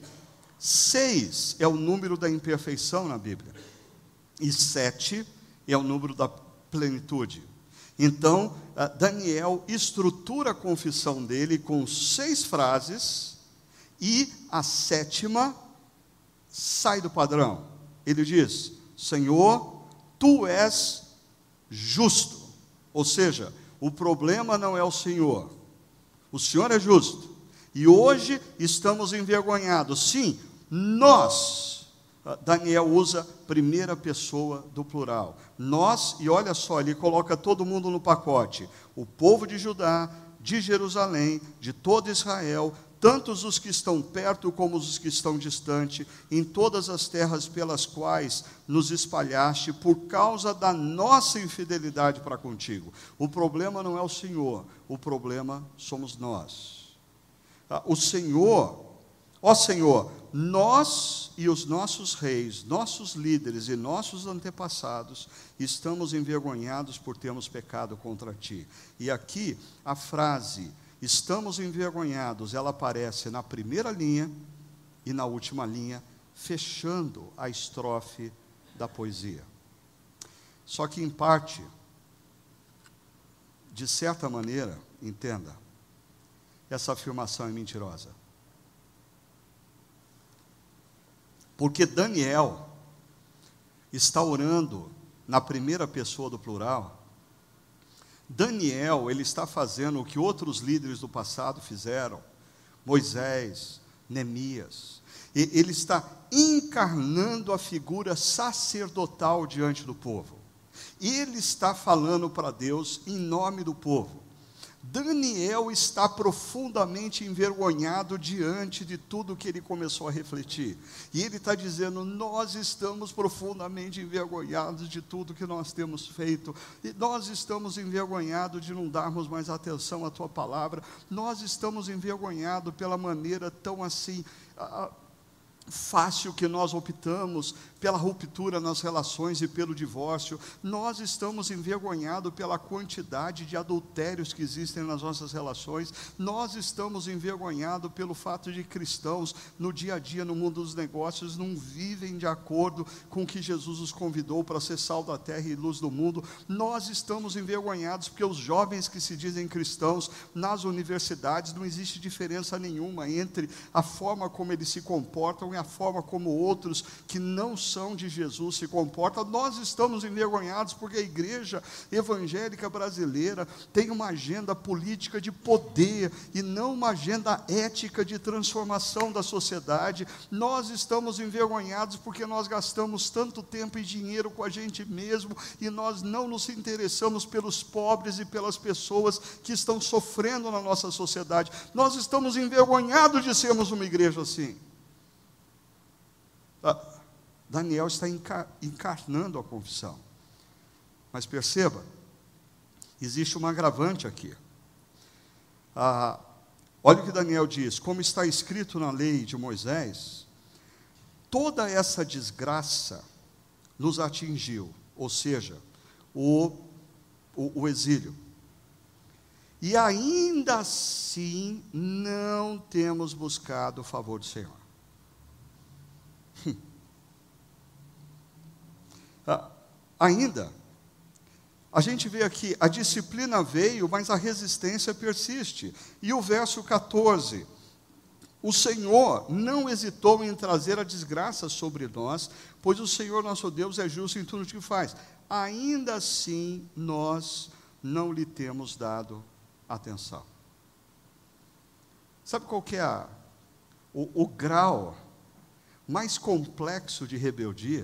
6 é o número da imperfeição na Bíblia, e 7 é o número da plenitude. Então, Daniel estrutura a confissão dele com 6 frases, e a 7ª sai do padrão. Ele diz, Senhor, Tu és justo. Ou seja, o problema não é o Senhor é justo, e hoje estamos envergonhados. Sim, nós, Daniel usa primeira pessoa do plural, nós, e olha só, ele coloca todo mundo no pacote, o povo de Judá, de Jerusalém, de todo Israel, tantos os que estão perto como os que estão distante, em todas as terras pelas quais nos espalhaste, por causa da nossa infidelidade para contigo. O problema não é o Senhor, o problema somos nós. O Senhor Ó Senhor, nós e os nossos reis, nossos líderes e nossos antepassados estamos envergonhados por termos pecado contra ti. E aqui a frase, estamos envergonhados, ela aparece na primeira linha e na última linha, fechando a estrofe da poesia. Só que em parte, de certa maneira, entenda, essa afirmação é mentirosa. Porque Daniel está orando na primeira pessoa do plural. Daniel, ele está fazendo o que outros líderes do passado fizeram. Moisés, Neemias. Ele está encarnando a figura sacerdotal diante do povo. Ele está falando para Deus em nome do povo. Daniel está profundamente envergonhado diante de tudo que ele começou a refletir. E ele está dizendo, nós estamos profundamente envergonhados de tudo que nós temos feito. E nós estamos envergonhados de não darmos mais atenção à tua palavra. Nós estamos envergonhados pela maneira tão assim fácil que nós optamos pela ruptura nas relações e pelo divórcio. Nós estamos envergonhados pela quantidade de adultérios que existem nas nossas relações. Nós estamos envergonhados pelo fato de cristãos, no dia a dia, no mundo dos negócios, não vivem de acordo com o que Jesus os convidou para ser sal da terra e luz do mundo. Nós estamos envergonhados porque os jovens que se dizem cristãos, nas universidades, não existe diferença nenhuma entre a forma como eles se comportam e a forma como outros que não são de Jesus se comportam. Nós estamos envergonhados porque a igreja evangélica brasileira tem uma agenda política de poder e não uma agenda ética de transformação da sociedade. Nós estamos envergonhados porque nós gastamos tanto tempo e dinheiro com a gente mesmo e nós não nos interessamos pelos pobres e pelas pessoas que estão sofrendo na nossa sociedade. Nós estamos envergonhados de sermos uma igreja assim. Daniel está encarnando a confissão. Mas perceba, existe um agravante aqui. Olha o que Daniel diz, como está escrito na lei de Moisés, toda essa desgraça nos atingiu, ou seja, o exílio. E ainda assim não temos buscado o favor do Senhor. Ainda, a gente vê aqui, a disciplina veio, mas a resistência persiste. E o verso 14, o Senhor não hesitou em trazer a desgraça sobre nós, pois o Senhor nosso Deus é justo em tudo o que faz. Ainda assim, nós não lhe temos dado atenção. Sabe qual que é o grau mais complexo de rebeldia?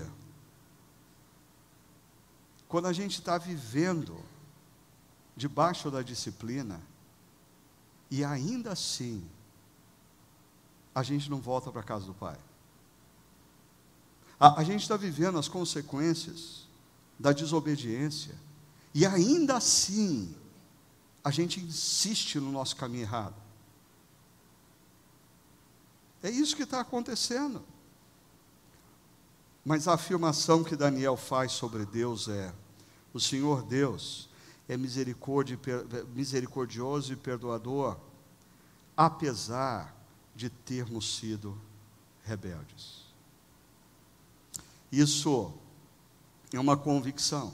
Quando a gente está vivendo debaixo da disciplina e ainda assim a gente não volta para a casa do Pai. A gente está vivendo as consequências da desobediência e ainda assim a gente insiste no nosso caminho errado. É isso que está acontecendo. Mas a afirmação que Daniel faz sobre Deus é: o Senhor Deus é misericordioso e perdoador, apesar de termos sido rebeldes. Isso é uma convicção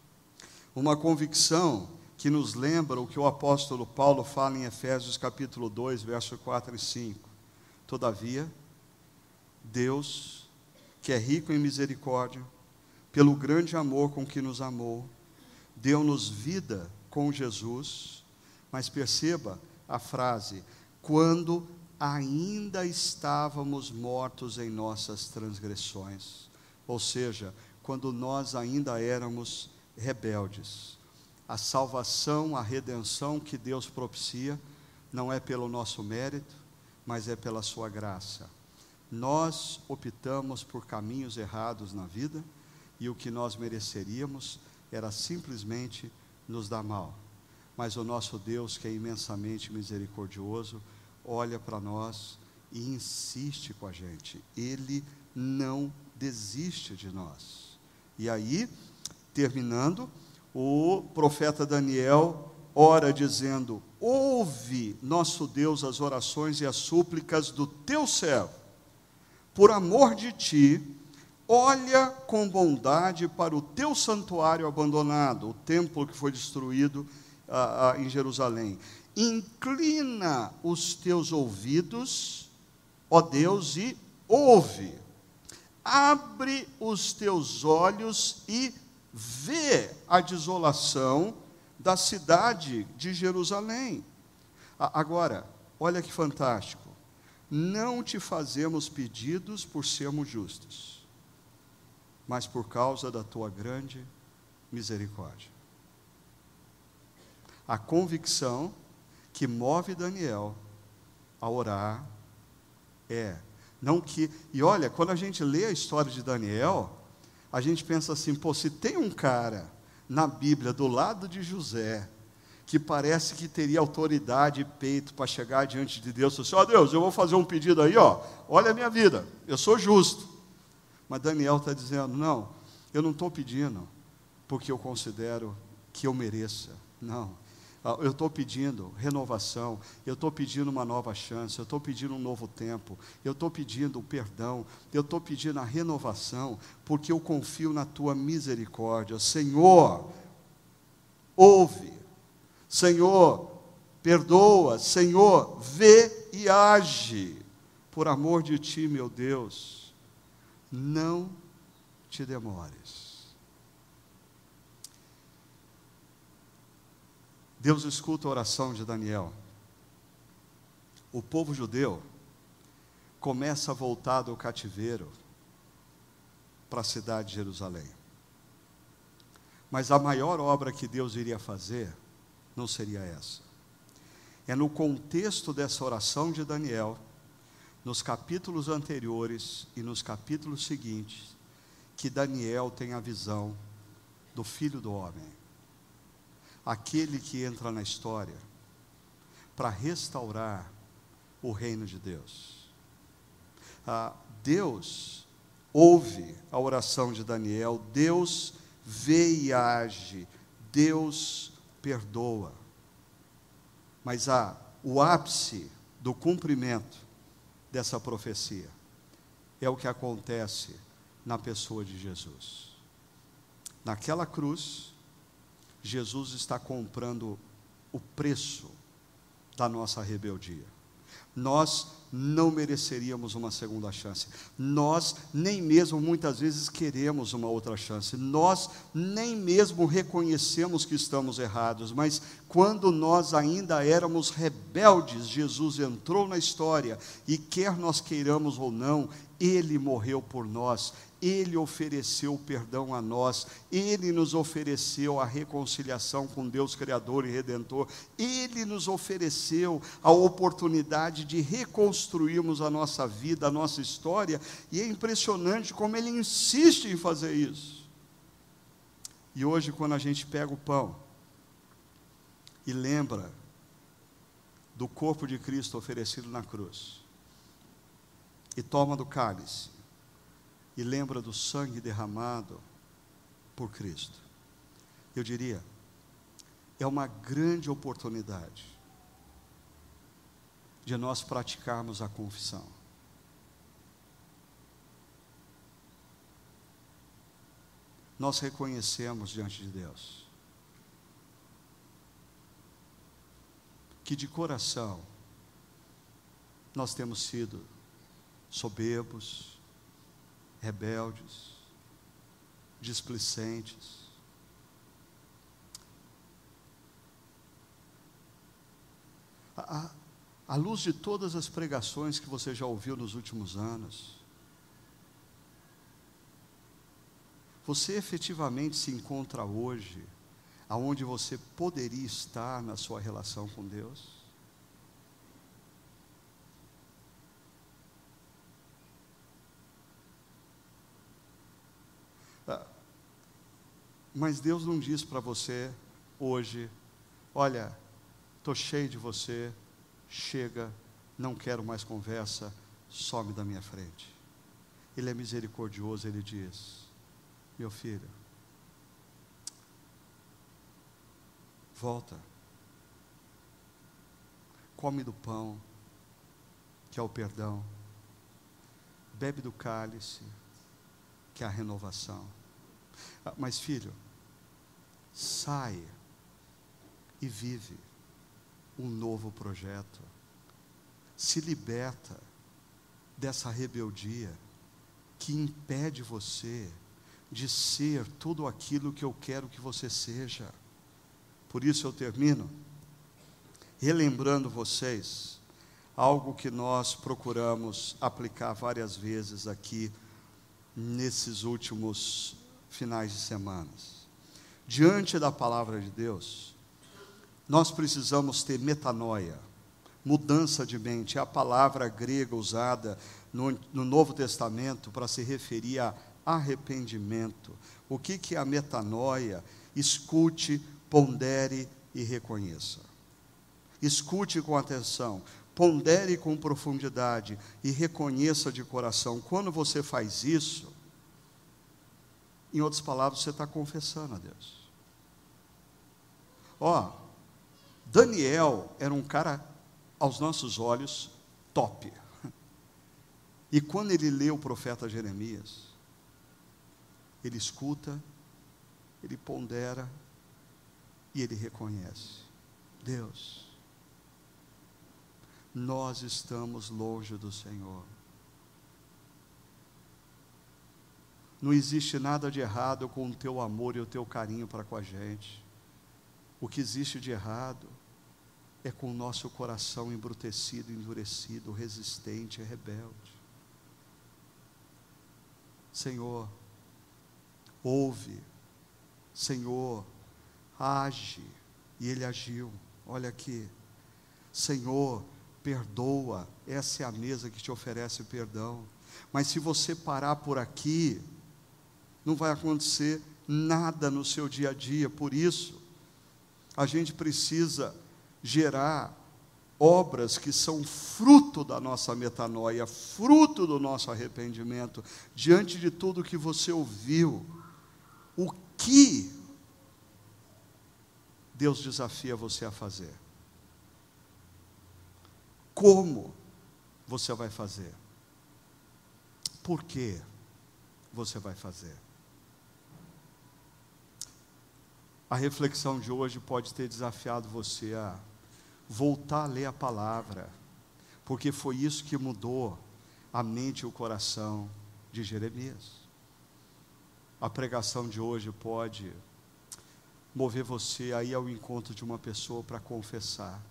que nos lembra o que o apóstolo Paulo fala em Efésios capítulo 2, verso 4 e 5. Todavia, Deus, que é rico em misericórdia, pelo grande amor com que nos amou, deu-nos vida com Jesus, mas perceba a frase, quando ainda estávamos mortos em nossas transgressões, ou seja, quando nós ainda éramos rebeldes. A salvação, a redenção que Deus propicia, não é pelo nosso mérito, mas é pela sua graça. Nós optamos por caminhos errados na vida, e o que nós mereceríamos era simplesmente nos dar mal. Mas o nosso Deus, que é imensamente misericordioso, olha para nós e insiste com a gente. Ele não desiste de nós. E aí, terminando, o profeta Daniel ora dizendo: ouve, nosso Deus, as orações e as súplicas do teu servo. Por amor de ti, olha com bondade para o teu santuário abandonado, o templo que foi destruído em Jerusalém. Inclina os teus ouvidos, ó Deus, e ouve. Abre os teus olhos e vê a desolação da cidade de Jerusalém. Agora, olha que fantástico. Não te fazemos pedidos por sermos justos, mas por causa da tua grande misericórdia. A convicção que move Daniel a orar e olha, quando a gente lê a história de Daniel, a gente pensa assim, se tem um cara na Bíblia do lado de José, que parece que teria autoridade e peito para chegar diante de Deus, assim, Deus, eu vou fazer um pedido aí, olha a minha vida, eu sou justo. Mas Daniel está dizendo, não, eu não estou pedindo porque eu considero que eu mereça, não. Eu estou pedindo renovação, eu estou pedindo uma nova chance, eu estou pedindo um novo tempo, eu estou pedindo perdão, eu estou pedindo a renovação, porque eu confio na tua misericórdia. Senhor, ouve, Senhor, perdoa, Senhor, vê e age, por amor de ti, meu Deus, não te demores. Deus escuta a oração de Daniel. O povo judeu começa a voltar do cativeiro para a cidade de Jerusalém. Mas a maior obra que Deus iria fazer não seria essa. É no contexto dessa oração de Daniel, nos capítulos anteriores e nos capítulos seguintes, que Daniel tem a visão do Filho do Homem. Aquele que entra na história para restaurar o reino de Deus. Deus ouve a oração de Daniel, Deus vê e age, Deus perdoa. Mas o ápice do cumprimento dessa profecia é o que acontece na pessoa de Jesus. Naquela cruz, Jesus está comprando o preço da nossa rebeldia. Nós não mereceríamos uma segunda chance. Nós nem mesmo muitas vezes queremos uma outra chance. Nós nem mesmo reconhecemos que estamos errados, mas quando nós ainda éramos rebeldes, Jesus entrou na história e quer nós queiramos ou não, Ele morreu por nós. Ele ofereceu o perdão a nós, Ele nos ofereceu a reconciliação com Deus Criador e Redentor, Ele nos ofereceu a oportunidade de reconstruirmos a nossa vida, a nossa história, e é impressionante como Ele insiste em fazer isso. E hoje, quando a gente pega o pão e lembra do corpo de Cristo oferecido na cruz, e toma do cálice, e lembra do sangue derramado por Cristo, eu diria, é uma grande oportunidade de nós praticarmos a confissão. Nós reconhecemos diante de Deus que de coração nós temos sido soberbos, rebeldes, displicentes. À luz de todas as pregações que você já ouviu nos últimos anos, você efetivamente se encontra hoje aonde você poderia estar na sua relação com Deus? Mas Deus não diz para você hoje, olha, estou cheio de você, chega, não quero mais conversa, some da minha frente. Ele é misericordioso, ele diz: meu filho, volta, come do pão, que é o perdão, bebe do cálice, que é a renovação. Mas filho, sai e vive um novo projeto, se liberta dessa rebeldia que impede você de ser tudo aquilo que eu quero que você seja. Por isso eu termino relembrando vocês algo que nós procuramos aplicar várias vezes aqui nesses últimos finais de semanas. Diante da palavra de Deus, nós precisamos ter metanoia, mudança de mente. É a palavra grega usada no Novo Testamento para se referir a arrependimento. O que é a metanoia? Escute, pondere e reconheça. Escute com atenção, pondere com profundidade e reconheça de coração. Quando você faz isso, em outras palavras, você está confessando a Deus. Daniel era um cara, aos nossos olhos, top. E quando ele lê o profeta Jeremias, ele escuta, ele pondera e ele reconhece: Deus, nós estamos longe do Senhor. Não existe nada de errado com o teu amor e o teu carinho para com a gente. O que existe de errado é com o nosso coração embrutecido, endurecido, resistente e rebelde. Senhor, ouve. Senhor, age. E ele agiu. Olha aqui. Senhor, perdoa. Essa é a mesa que te oferece perdão. Mas se você parar por aqui, não vai acontecer nada no seu dia a dia. Por isso, a gente precisa gerar obras que são fruto da nossa metanoia, fruto do nosso arrependimento. Diante de tudo que você ouviu, o que Deus desafia você a fazer? Como você vai fazer? Por que você vai fazer? A reflexão de hoje pode ter desafiado você a voltar a ler a palavra, porque foi isso que mudou a mente e o coração de Jeremias. A pregação de hoje pode mover você a ir ao encontro de uma pessoa para confessar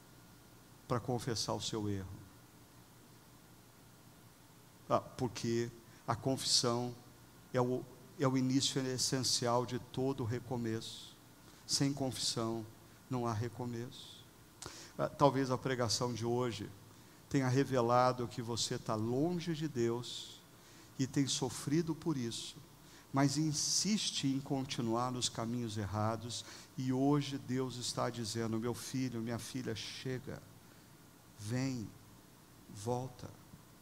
o seu erro. Porque a confissão é o início essencial de todo o recomeço. Sem confissão não há recomeço. Talvez a pregação de hoje tenha revelado que você está longe de Deus e tem sofrido por isso, mas insiste em continuar nos caminhos errados, e hoje Deus está dizendo: meu filho, minha filha, chega, vem, volta.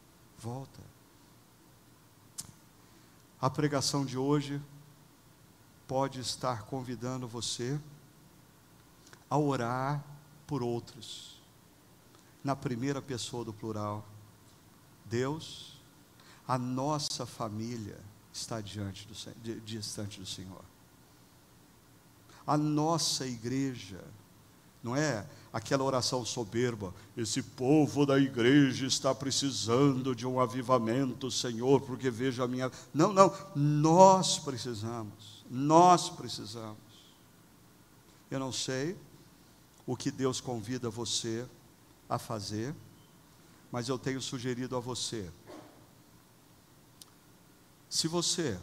A pregação de hoje pode estar convidando você a orar por outros, na primeira pessoa do plural. Deus, a nossa família está distante do Senhor. A nossa igreja, não é aquela oração soberba: esse povo da igreja está precisando de um avivamento, Senhor, porque veja a minha... Não, nós precisamos. Eu não sei o que Deus convida você a fazer, mas eu tenho sugerido a você: se você,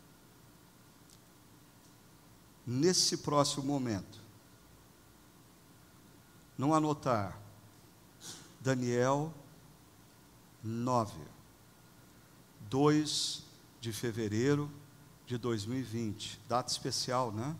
nesse próximo momento, não anotar Daniel 9, 2 de fevereiro de 2020, data especial, né?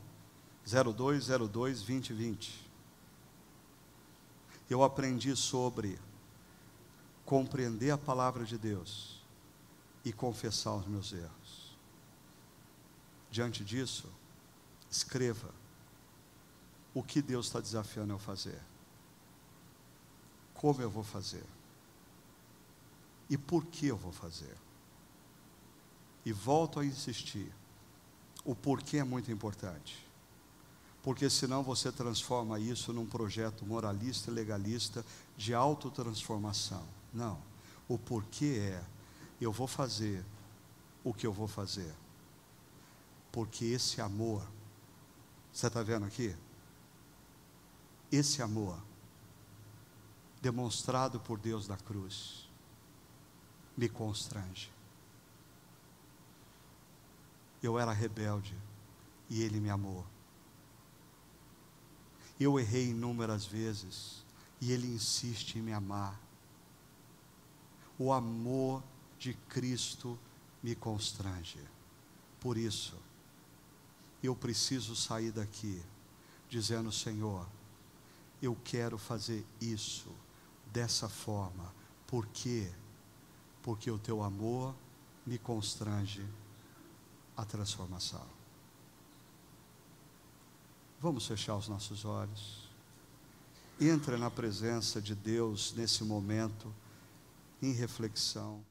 02/02/2020. Eu aprendi sobre compreender a palavra de Deus e confessar os meus erros. Diante disso, escreva o que Deus está desafiando eu fazer, como eu vou fazer e por que eu vou fazer. E volto a insistir, o porquê é muito importante, porque senão você transforma isso num projeto moralista e legalista de autotransformação. Não, o porquê é, eu vou fazer o que eu vou fazer, porque esse amor, você está vendo aqui? Esse amor, demonstrado por Deus na cruz, me constrange. Eu era rebelde e Ele me amou. Eu errei inúmeras vezes e Ele insiste em me amar. O amor de Cristo me constrange. Por isso, eu preciso sair daqui dizendo: Senhor, eu quero fazer isso dessa forma. Por quê? Porque o teu amor me constrange a transformação. Vamos fechar os nossos olhos. Entre na presença de Deus nesse momento, em reflexão.